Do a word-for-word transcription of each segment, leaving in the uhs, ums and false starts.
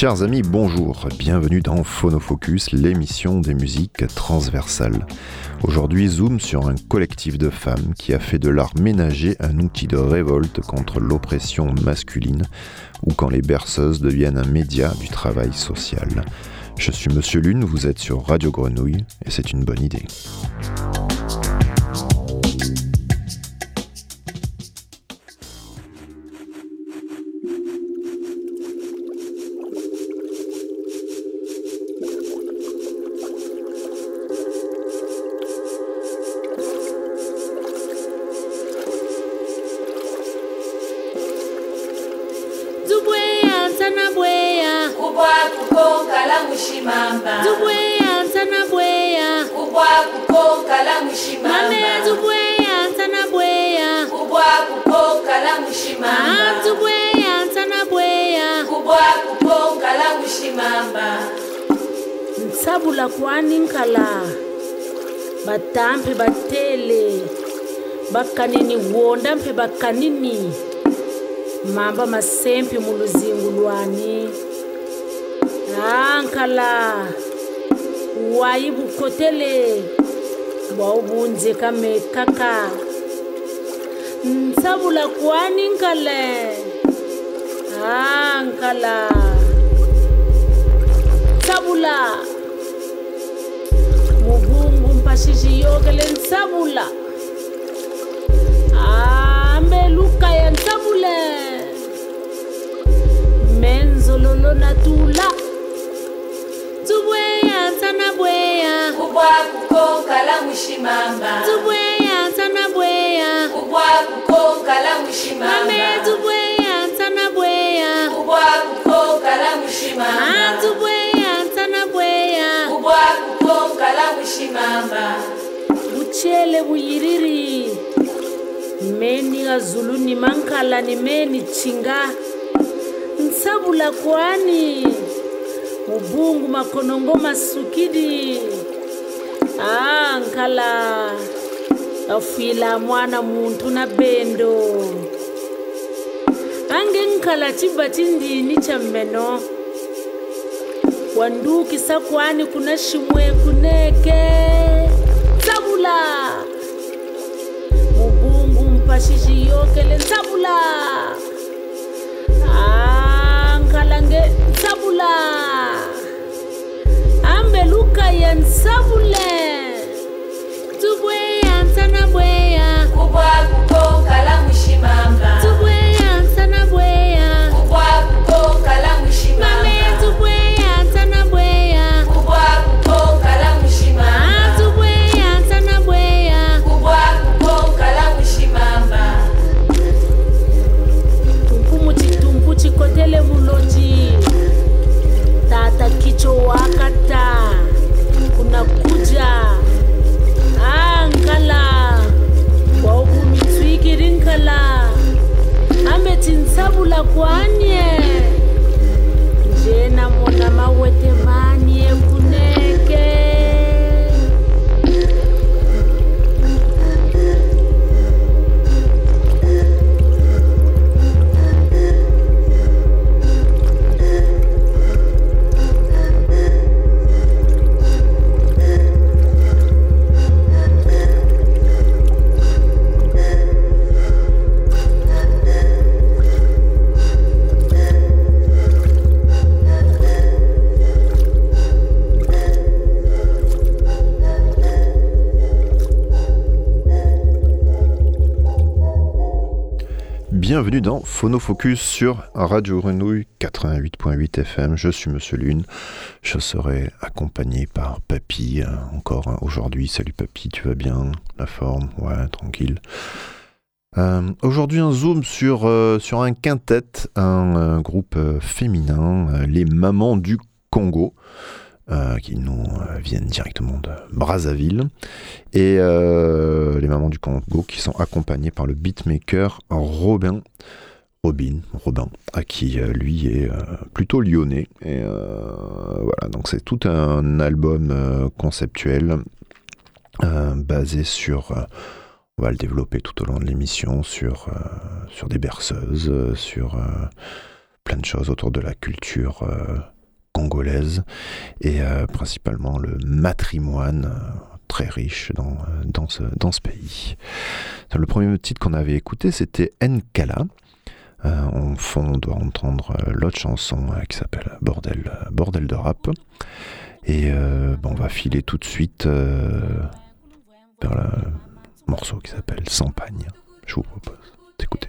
Chers amis, bonjour, bienvenue dans Phonofocus, l'émission des musiques transversales. Aujourd'hui, zoom sur un collectif de femmes qui a fait de l'art ménager un outil de révolte contre l'oppression masculine ou quand les berceuses deviennent un média du travail social. Je suis Monsieur Lune, vous êtes sur Radio Grenouille et c'est une bonne idée. Nsabula kwaninkala batampe batele bakanini wonda mpe bakanini mamba masempi muluzingu lwani ankala wayibukotele bawubunze kame kaka nsabula kwaninkale ankala nsabula mubungu mpashishi yokele nsabula ameluka ya nsabule menzololo natula tubweya nsana bweya kubwa kukonkala mushimamba tubweya nsana bweya kubwa kukonkala mushimamba mame tubweya nsana bweya kubwa kukonkala mushimamba tubweya nsana bweya kubwa kukonkala mushimamba buchele buyiriri meni azulu ni mankala ni meni chinga nsabula kwani mubungu makonongo masukidi ankala afila mwana muntu na bendo ange nkala chibati ndini cha mmeno wanduki sakwani kuna shimwe kuneke nsabula mubungu mpashishi yokele nsabula ankalange nsabula ambeluka ya nsabule tubweya nsana bweya kubwa kukonkala mushimamba tubweya nsana bweya kubwa kukonkala mushimamba mame tubweya nsana bweya kubwa kukonkala mushimamba tubweya nsana bweya kubwa kukonkala mushimamba tumpumuchi tumpuchi kotele muloji tata kicho wakata kuna kuja ankala waukumitwikirinkala ambeti nsabula kwanye njena mona mawete manye kuneke Bienvenue dans Phonofocus sur Radio Grenouille quatre-vingt-huit point huit F M. Je suis Monsieur Lune. Je serai accompagné par Papy euh, encore hein, aujourd'hui. Salut Papy, tu vas bien? La forme? Ouais, tranquille. Euh, aujourd'hui, un zoom sur, euh, sur un quintet, un, un groupe euh, féminin, euh, les Mamans du Congo. Euh, qui nous euh, viennent directement de Brazzaville et euh, les Mamans du Congo qui sont accompagnées par le beatmaker Robin Robin Robin à qui euh, lui est euh, plutôt lyonnais et euh, voilà, donc c'est tout un album euh, conceptuel euh, basé sur euh, on va le développer tout au long de l'émission sur, euh, sur des berceuses, sur euh, plein de choses autour de la culture euh, congolaise et euh, principalement le matrimoine euh, très riche dans, dans, ce, dans ce pays. Le premier titre qu'on avait écouté, c'était Nkala. Euh, en fond, on doit entendre euh, l'autre chanson euh, qui s'appelle Bordel, euh, Bordel de rap. Et euh, bon, on va filer tout de suite euh, vers le morceau qui s'appelle Sampagne. Je vous propose d'écouter.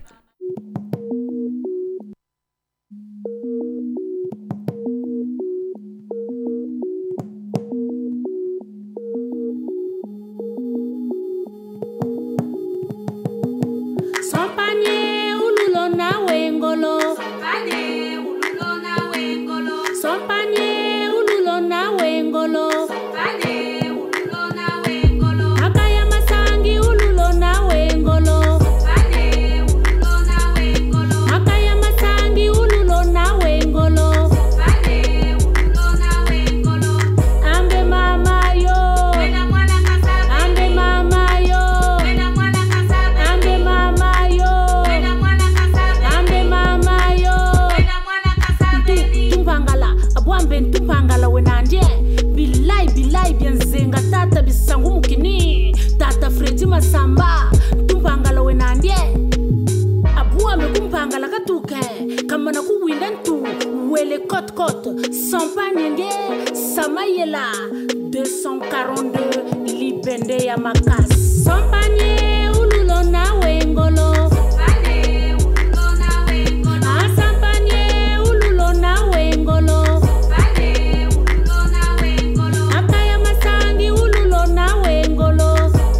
Masamba tumpangala wenandie abua me kumpangala katuke kama na kuwinda ntu wele kot kot sampanyenge samayela deux cent quarante-deux libende ya makas sampanye ululo na wengolo sampanye ululo na wengolo ah sampanye ululo na wengolo sampanye ululo na wengolo akaya masangi ululo na wengolo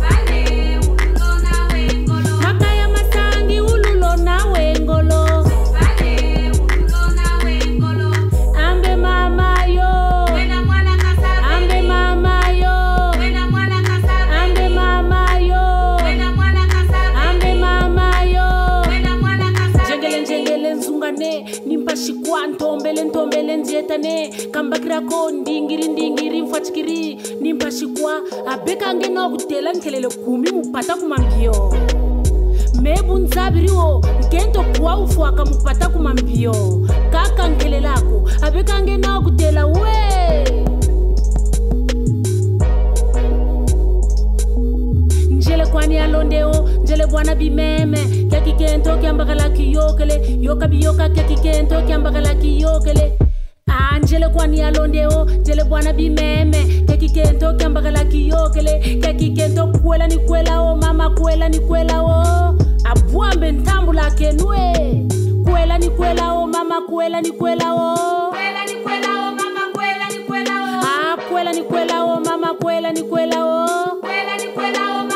nimpashikwa ntombele ntombele nzietane kambakira ko ndingiri ndingiri mfachikiri nimpashikwa abekange no kutela nkelele kumi mupata kumambio mebu nzabiriwo nkento kwa ufwaka mupata kumambio kaka nkelelako abekange no kutela we njele kwani alondeo njele bwana bimeme kaki kento kiambagala kiyokele yoka biyoka kaki kento kiambagala kiyokele anjele kwani alondeo njele bwana bimeme kaki kento kiambagala kiyokele kaki kento kwela ni kwela o mama kwela ni kwela o abuambe ntambula kenwe kwela ni kwela o mama kwela ni kwela o kwela ni kwela o mama kwela ni kwela o ah kwela ni kwela o mama kwela ni kwela o kwela ni kwela o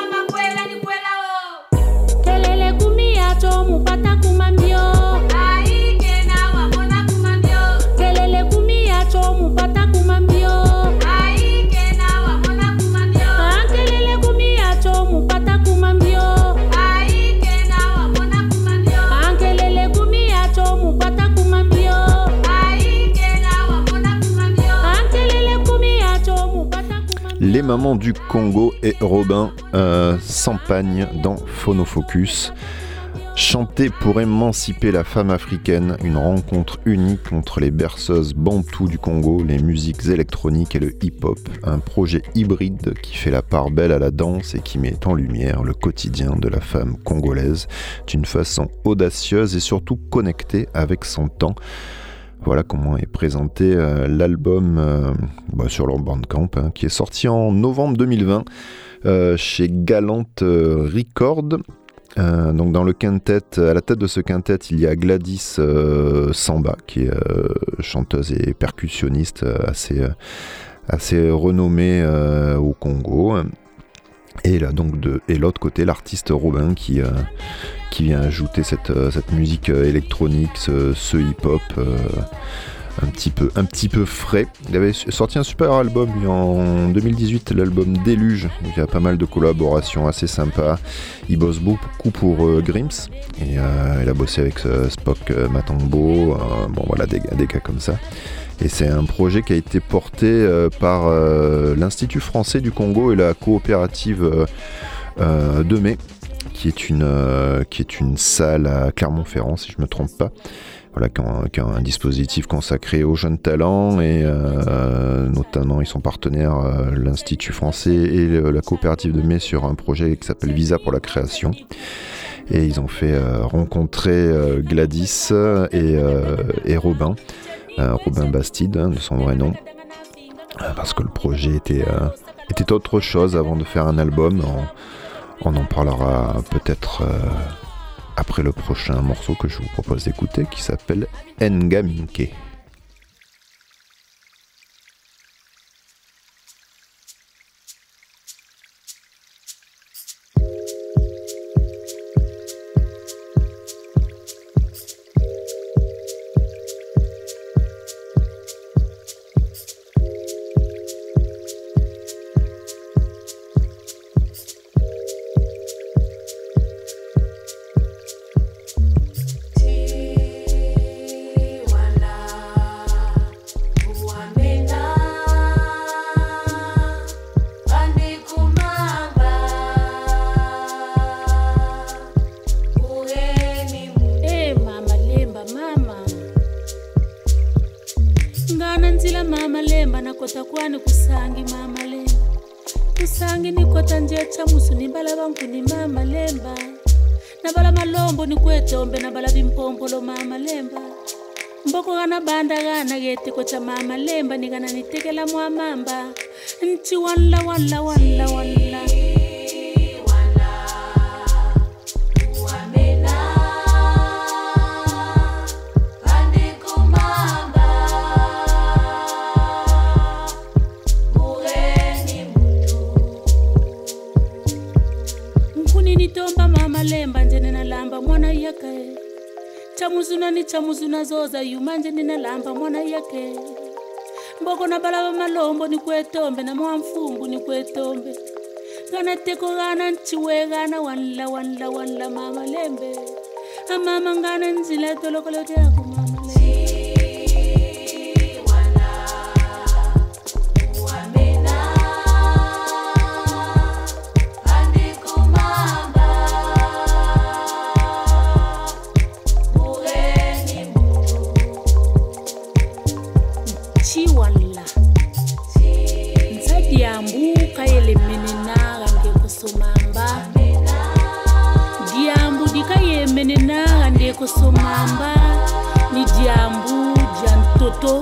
to mupata kumambio aike na wamona kumambio kelele kumia to mupata kumambio aike na wamona kumambio kelele kumia to mupata kumambio aike na wamona kumambio kelele kumia to mupata kumambio aike na wamona kumambio kelele kumia to mupata kumambio. Les mamans du Congo et Robin euh, Sampagne dans Phonofocus. Chanter pour émanciper la femme africaine, une rencontre unique entre les berceuses bantoues du Congo, les musiques électroniques et le hip-hop, un projet hybride qui fait la part belle à la danse et qui met en lumière le quotidien de la femme congolaise d'une façon audacieuse et surtout connectée avec son temps. Voilà comment est présenté euh, l'album euh, bah, sur leur Bandcamp, hein, qui est sorti en novembre deux mille vingt euh, chez Galante euh, Records. Euh, donc dans le quintet, à la tête de ce quintet, il y a Gladys euh, Samba, qui est euh, chanteuse et percussionniste euh, assez, euh, assez renommée euh, au Congo. Et là, donc de, et l'autre côté, l'artiste Robin qui, euh, qui vient ajouter cette, cette musique électronique, ce, ce hip-hop euh, un petit peu, un petit peu frais. Il avait sorti un super album lui, en deux mille dix-huit, l'album Déluge. Donc, il y a pas mal de collaborations assez sympas. Il bosse beaucoup pour euh, Grims et euh, il a bossé avec euh, Spock euh, Matambo. Euh, bon voilà, des, des gars comme ça. Et c'est un projet qui a été porté euh, par euh, l'Institut français du Congo et la coopérative euh, euh, de mai, qui est une, euh, qui est une salle à Clermont-Ferrand, si je ne me trompe pas. voilà, qui ont, qui ont un dispositif consacré aux jeunes talents et euh, notamment ils sont partenaires euh, l'Institut français et le, la coopérative de Mai sur un projet qui s'appelle Visa pour la création. Et ils ont fait euh, rencontrer euh, Gladys et, euh, et Robin, euh, Robin Bastide, hein, de son vrai nom, euh, parce que le projet était, euh, était autre chose avant de faire un album. On, on en parlera peut-être euh, après le prochain morceau que je vous propose d'écouter, qui s'appelle Ngaminke. Kocha mama lemba nigana nitekela mwa mamba nti walla walla walla walla nkuni nitomba mama lemba njene na lamba mwana yake chamuzuna ni chamuzuna zoza yumanje nina lamba mwana yake mboko na balaba malombo ni kwetombe na mwamfungu ni kwetombe gana teko gana nchiwe gana wanla wanla wanla mama lembe amama ngana nzila tolokolo jako mama kusomamba ni diambu jantoto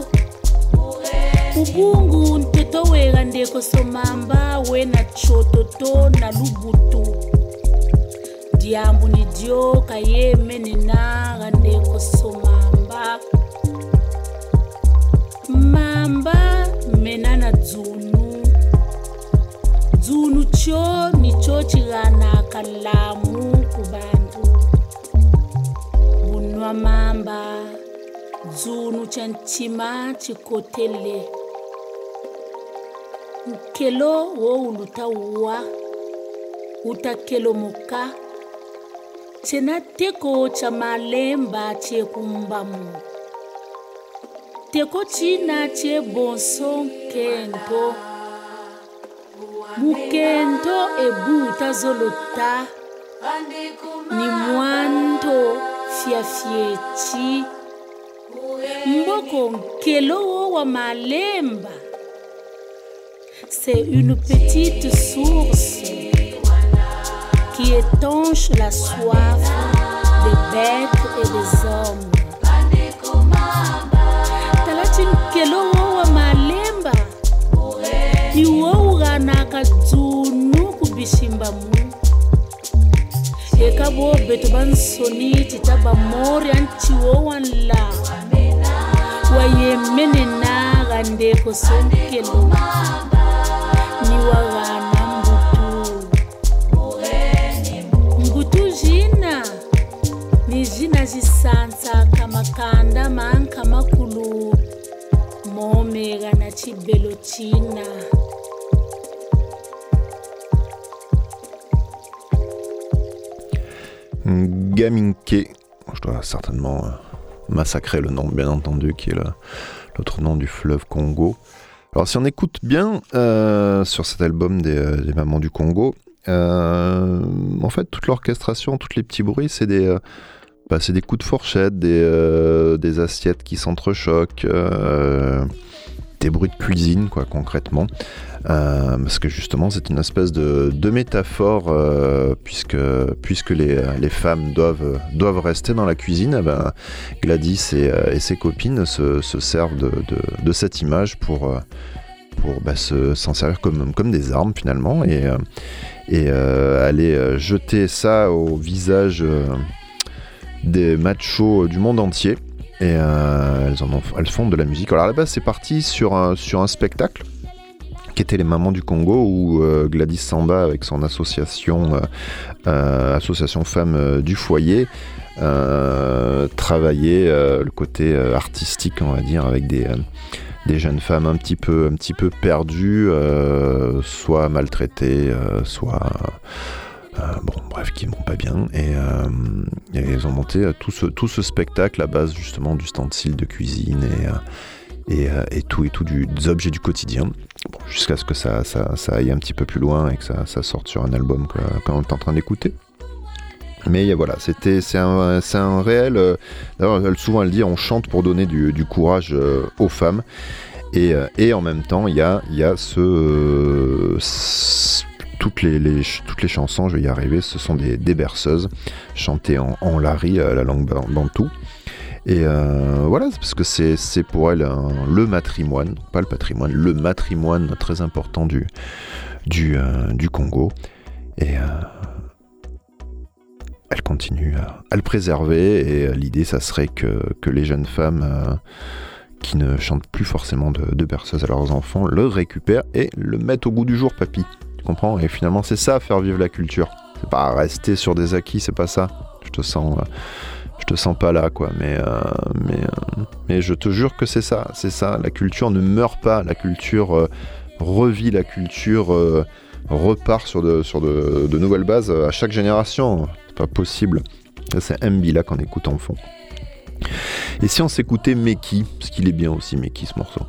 ubungu ntoto wega nde kusomamba we na chototo na lubutu diambu ni dio kaye menina nde kusomamba mamba menana dzunu dzunu cho ni cho chigana kalamu kubantu bunwa mamba dzunu chanchima chikotele nkelo wo uluta uwa utakelo muka chena teko cha malemba che kumbamu teko china che bonson kento mukento ebuta zolota ni mwanto fiafiechi mboko nkelo wa malemba. C'est une petite source qui étanche la soif des bêtes et des hommes. Talatin kelo wa malemba iwo uganaka dzunu kubishimba mu ekabo beto bansoni titaba mori anchiwo wanla wayemenena gande ko sonkelo ni wagana mbutu mbutu jina ni jina jisansa kama kanda manka makulu momega na chibelo china. Ngaminke, je dois certainement massacrer le nom, bien entendu, qui est le, l'autre nom du fleuve Congo. Alors si on écoute bien euh, sur cet album des, des Mamans du Congo, euh, en fait toute l'orchestration, tous les petits bruits, c'est des, euh, bah, c'est des coups de fourchette, des, euh, des assiettes qui s'entrechoquent, euh, des bruits de cuisine, quoi, concrètement. Euh, parce que justement, c'est une espèce de, de métaphore, euh, puisque, puisque les, les femmes doivent, doivent rester dans la cuisine. Eh ben, Gladys et, et ses copines se, se servent de, de, de cette image pour, pour bah, se, s'en servir comme, comme des armes, finalement, et, et euh, aller jeter ça au visage euh, des machos du monde entier. Et euh, elles, en ont, elles font de la musique. Alors à la base, c'est parti sur un, sur un spectacle qui était les Mamans du Congo, où euh, Gladys Samba, avec son association, euh, euh, association femmes euh, du foyer, euh, travaillait euh, le côté euh, artistique, on va dire, avec des, euh, des jeunes femmes un petit peu, un petit peu perdues, euh, soit maltraitées, euh, soit... Euh, bon, bref, qui vont pas bien, et, euh, et ils ont monté euh, tout, ce, tout ce spectacle à base justement d'ustensiles de cuisine et, euh, et, euh, et tout et tout du, des objets du quotidien, bon, jusqu'à ce que ça, ça, ça aille un petit peu plus loin et que ça, ça sorte sur un album que, qu'on est en train d'écouter. Mais voilà, c'était, c'est, un, c'est un réel... Euh, d'ailleurs, souvent elle dit, on chante pour donner du, du courage euh, aux femmes, et, euh, et en même temps, il y a, y a ce... Euh, ce Toutes les, les, toutes les chansons, je vais y arriver, ce sont des, des berceuses chantées en, en lari, la langue bantou. Et euh, voilà, parce que c'est, c'est pour elles un, le matrimoine, pas le patrimoine, le matrimoine très important du, du, euh, du Congo. Et euh, elles continuent à, à le préserver. Et l'idée, ça serait que, que les jeunes femmes euh, qui ne chantent plus forcément de, de berceuses à leurs enfants le récupèrent et le mettent au goût du jour, papy. Comprends, et finalement c'est ça, faire vivre la culture, c'est pas rester sur des acquis, c'est pas ça. Je te sens, euh, je te sens pas là, quoi. Mais, euh, mais, euh, mais je te jure que c'est ça, c'est ça. La culture ne meurt pas, la culture euh, revit, la culture euh, repart sur de, sur de, de nouvelles bases à chaque génération. C'est pas possible. Ça, c'est Mbila qu'on écoute en fond. Et si on s'écoutait Meki, parce qu'il est bien aussi Meki, ce morceau.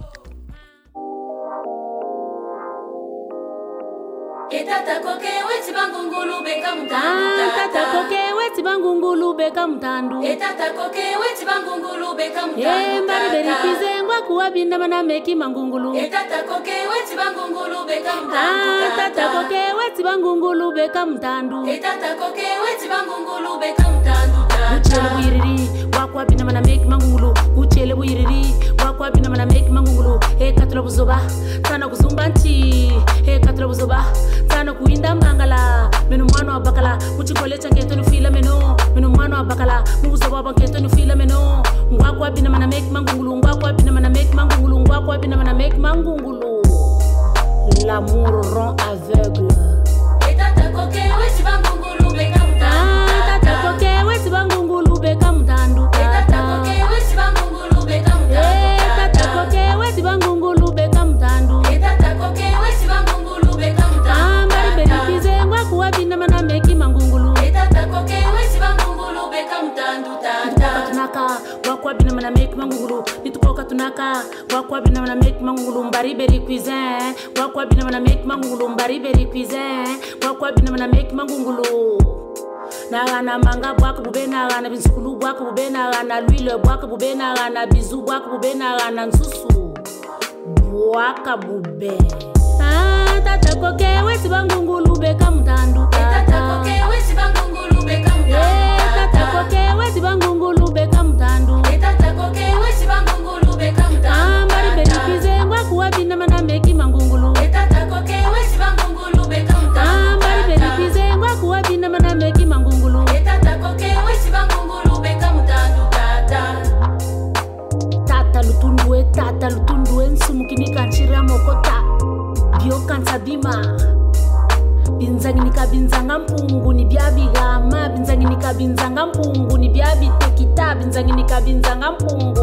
Ye mbari beri kizengwa kuwa binda mana meki mangungulu. Etata koke weti bangungulu beka mtandu. Ah tata koke weti bangungulu beka mtandu. Etata koke weti bangungulu beka mtandu. Uchele wiriri wakwa binda mana meki mangungulu. Uchele wiriri wakwa binda mana meki mangungulu. He katula buzoba sana kuzumbanti. He katula buzoba sana kuinda mangala. Menu mwana wa bakala muchikole changeto ni fila meno. Menu mwana wa bakala mubuzoba banketo ni fila meno. Ngwakwa bina mana make mangungulu, ngwakwa bina mana make mangungulu, ngwakwa bina mana make mangungulu. L'amour rend aveugle. Et tata koke weti bangungulu beka mtandu. Ah, tata koke weti bangungulu beka mtandu. Et tata koke weti bangungulu beka mtandu. Eh, tata koke weti bangungulu beka mtandu. Et tata koke weti bangungulu beka mtandu. Ah, mbari beri kizengwa kuwa bina mana make mangungulu. Et tata koke weti bangungulu beka mtandu tata. Tunaka wakwa bina mana make mangungulu nitukoka tunaka wakwa bina mana make mangungulu mbari beri cuisine wakwa bina mana make mangungulu mbari beri cuisine wakwa bina mana make mangungulu nagana manga bwaka bube nagana binsukulu bwaka bube nagana l'huile bwaka bube nagana bizu bwaka bube nagana nsusu bwaka bube ah tata koke weti bangungulu beka mtandu tata koke weti bangungulu beka mtandu tata koke weti bangungulu beka mtandu tata koke weti bangungulu beka mtandu ah mbari beri kizengwa kuwa bina mana meki mangungulu tata koke weti bangungulu beka mtandu ah mbari beri kizengwa kuwa bina mana meki mangungulu tata koke weti bangungulu beka mtandu tata tata lutundwe tata lutundwe nsumukini kanchira mokota bio kansabima binzanginika binzanga mpungu ni byabigama binzanginika binzanga mpungu ni byabitekita binzanginika binzanga mpungu.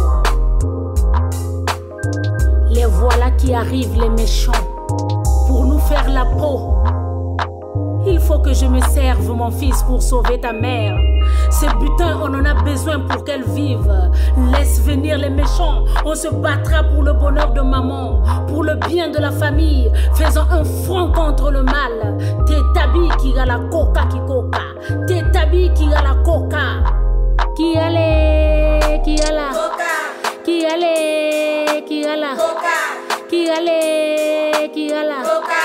Les voilà qui arrivent les méchants pour nous faire la peau. Il faut que je me serve mon fils pour sauver ta mère. Ces butins, on en a besoin pour qu'elle vive. Laisse venir les méchants. On se battra pour le bonheur de maman, pour le bien de la famille. Faisons un front contre le mal. T'es tabi qui a la coca qui coca. T'es tabi qui a la coca. Qui allait, qui alla, qui allait, qui alla, qui allait, qui alla,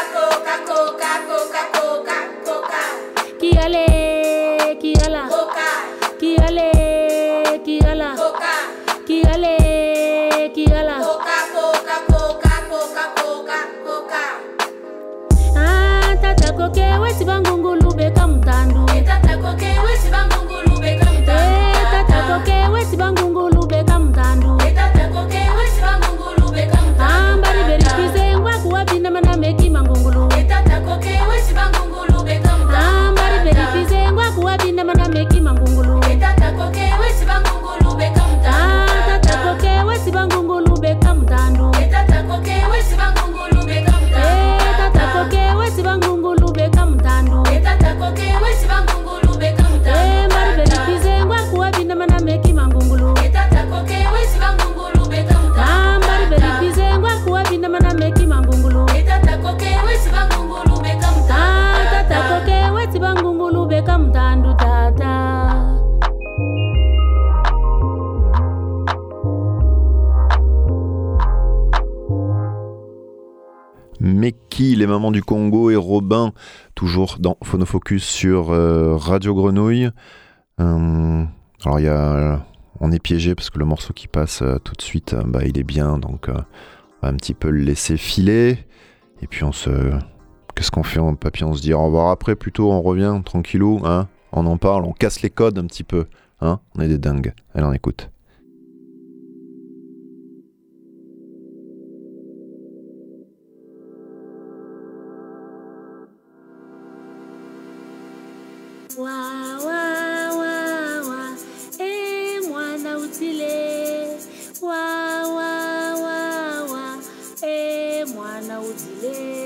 qui allait, qui alla, qui allait, qui alla, qui allait, qui alla. Ah, tata koke wesi bangungulu beka mtandu. Tata koke wesi bangungulu beka mtandu. Tata koke wesi bangungulu beka mtandu. Tata koke wesi bangungulu beka mtandu. Ambari beri pize ngwa kuwa bina mana meki mangungulu. Tata koke wesi bangungulu beka mtandu. Ambari beri pize ngwa kuwa bina mana meki mangungulu. Tata koke wesi bangungulu beka mtandu. Tata koke wesi bangungulu beka mtandu. Tata koke wesi bangungulu beka mtandu. Tata koke wesi bangungulu beka mtandu. Tata koke wesi bangungulu beka mtandu. Ambari beri pize ngwa kuwa bina mana meki mangungulu. Tata koke wesi bangungulu beka mtandu. Ambari beri pize ngwa kuwa bina mana meki mangungulu. Tata koke wesi bangungulu beka mtandu. Tata koke wesi bangungulu beka mtandu tata. Meki, les mamans du Congo et Robin, toujours dans Phonofocus sur euh, Radio Grenouille. Euh, alors il y a, on est piégé parce que le morceau qui passe euh, tout de suite, euh, bah, il est bien, donc euh, on va un petit peu le laisser filer. Et puis on se, qu'est-ce qu'on fait, papy? On se dit au revoir après, plutôt on revient tranquillou, hein, on en parle, on casse les codes un petit peu, hein, on est des dingues. Allez, on écoute. Wa wa wa wa, eh mwana utile. Wa wa wa wa, eh mwana utile.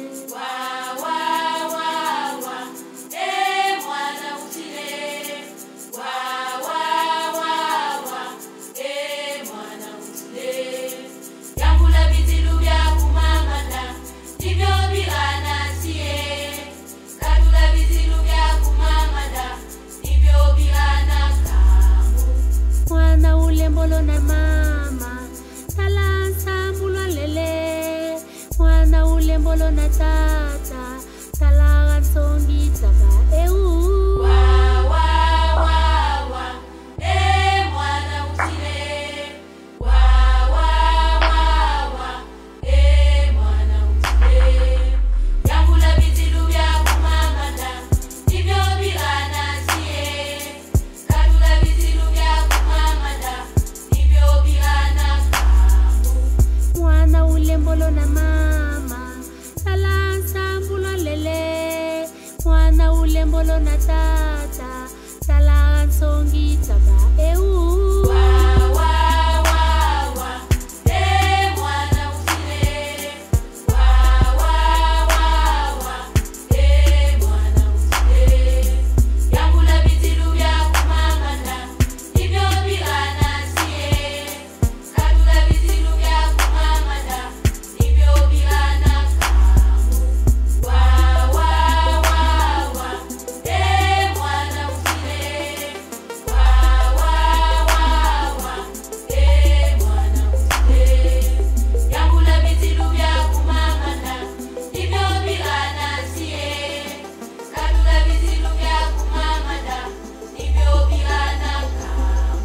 Wa wa wa wa, eh mwana utile. Wa wa wa wa, eh mwana utile. Yambula bizilu bya kumamanda, nibyo birana siye. Kadula bizilu bya kumamanda, nibyo birana kamu. Mwana ulembolo na mama, talansa mbulwa lele. Mwana ulembolo na tata, talaga songi taka eu. Wa wa wa wa, eh mwana utile. Wa wa wa wa, eh mwana utile. Yambula bizilu bya kumamanda, nibyo birana siye. Kadula bizilu bya kumamanda, nibyo birana kamu. Mwana ulembolo na mama, talansa mbulwa lele. Mwana ulembolo na tata, talaga songi taka eu. Wa wa wa wa, eh mwana utile. Wa wa wa wa, eh mwana utile. Yambula bizilu bya kumamanda, nibyo birana siye. Kadula bizilu bya kumamanda, nibyo birana kamu. Wa wa wa wa, eh mwana utile. Wa wa wa wa, eh mwana utile. Yambula bizilu bya kumamanda, nibyo birana siye. Kadula bizilu bya kumamanda, nibyo birana kamu.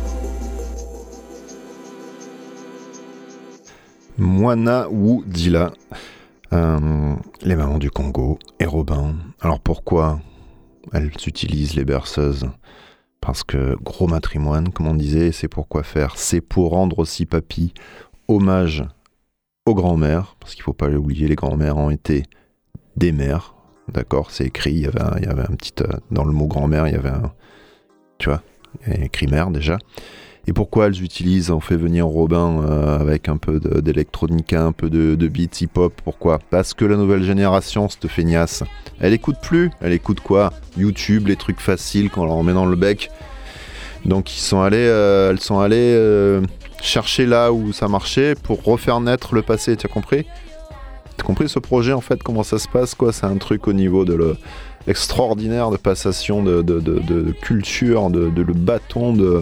Mwana Wu Dila, euh, les mamans du Congo et Robin. Alors pourquoi elles utilisent les berceuses? Parce que gros matrimoine, comme on disait, c'est pour quoi faire? C'est pour rendre aussi, papy, hommage aux grands-mères, parce qu'il ne faut pas l'oublier, les grands-mères ont été des mères, d'accord? C'est écrit, il y avait un, il y avait un petit... euh, dans le mot grand-mère, il y avait un... Tu vois, il y a écrit mère déjà. Et pourquoi elles utilisent, on fait venir Robin euh, avec un peu de, d'électronica, un peu de, de beats hip-hop, pourquoi? Parce que la nouvelle génération, cette feignasse, elle écoute plus, elle écoute quoi? YouTube, les trucs faciles qu'on leur met dans le bec. Donc ils sont allés, euh, elles sont allées euh, chercher là où ça marchait pour refaire naître le passé, tu as compris? T'as compris ce projet en fait, comment ça se passe quoi? C'est un truc au niveau de le extraordinaire de passation de, de, de, de, de culture, de, de le bâton de...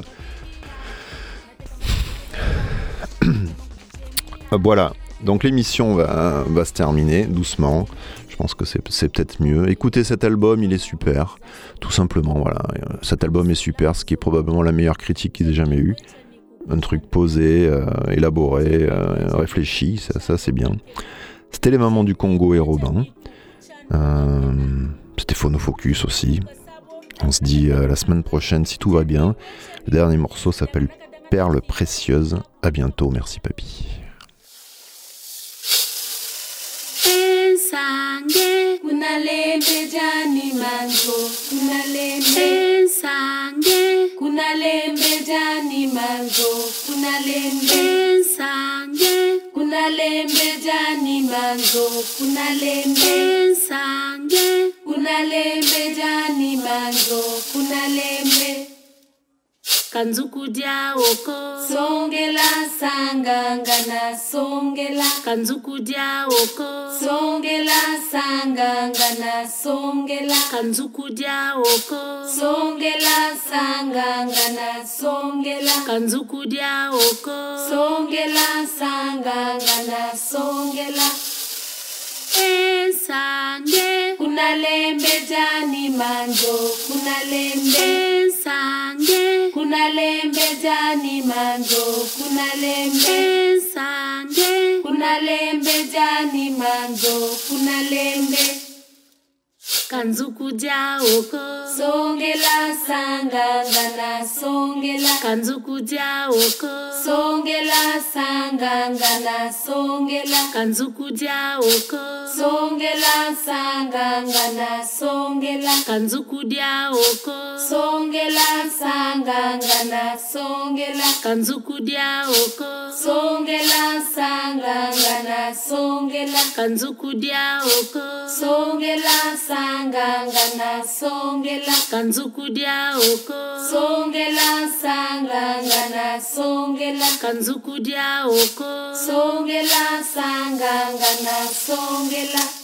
Voilà, donc l'émission va, va se terminer doucement. Je pense que c'est, c'est peut-être mieux. Écoutez cet album, il est super. Tout simplement, voilà. Cet album est super, ce qui est probablement la meilleure critique qu'ils aient jamais eue. Un truc posé, euh, élaboré, euh, réfléchi, ça, ça c'est bien. C'était les Mamans du Congo et Robin. Euh, c'était Phonofocus aussi. On se dit euh, la semaine prochaine si tout va bien. Le dernier morceau s'appelle Perles précieuses. À bientôt, merci papy. Sange kunalembe jani mango kunalembe sange kunalembe jani mango kunalembe sange kunalembe jani mango kunalembe sange kunalembe jani mango kunalembe Kanzuku dia oko Songela sangangana songela Kanzuku dia oko Songela sangangana songela Kanzuku dia oko Songela sangangana songela Kanzuku dia oko Songela sangangana songela Sange kunalembe jani mango kunalembe sange kunalembe jani mango kunalembe sange kunalembe jani mango kunalembe Kanzuku dia oko Songela sangangana songela Kanzuku dia oko Songela sangangana songela Kanzuku dia oko Songela sangangana songela Kanzuku dia oko Songela sangangana songela Kanzuku dia oko Songela sangangana songela Kanzuku dia oko Songela sangangana songela Kanzuku dia oko Songela sangangana songela Kanzuku dia oko Songela sangangana songela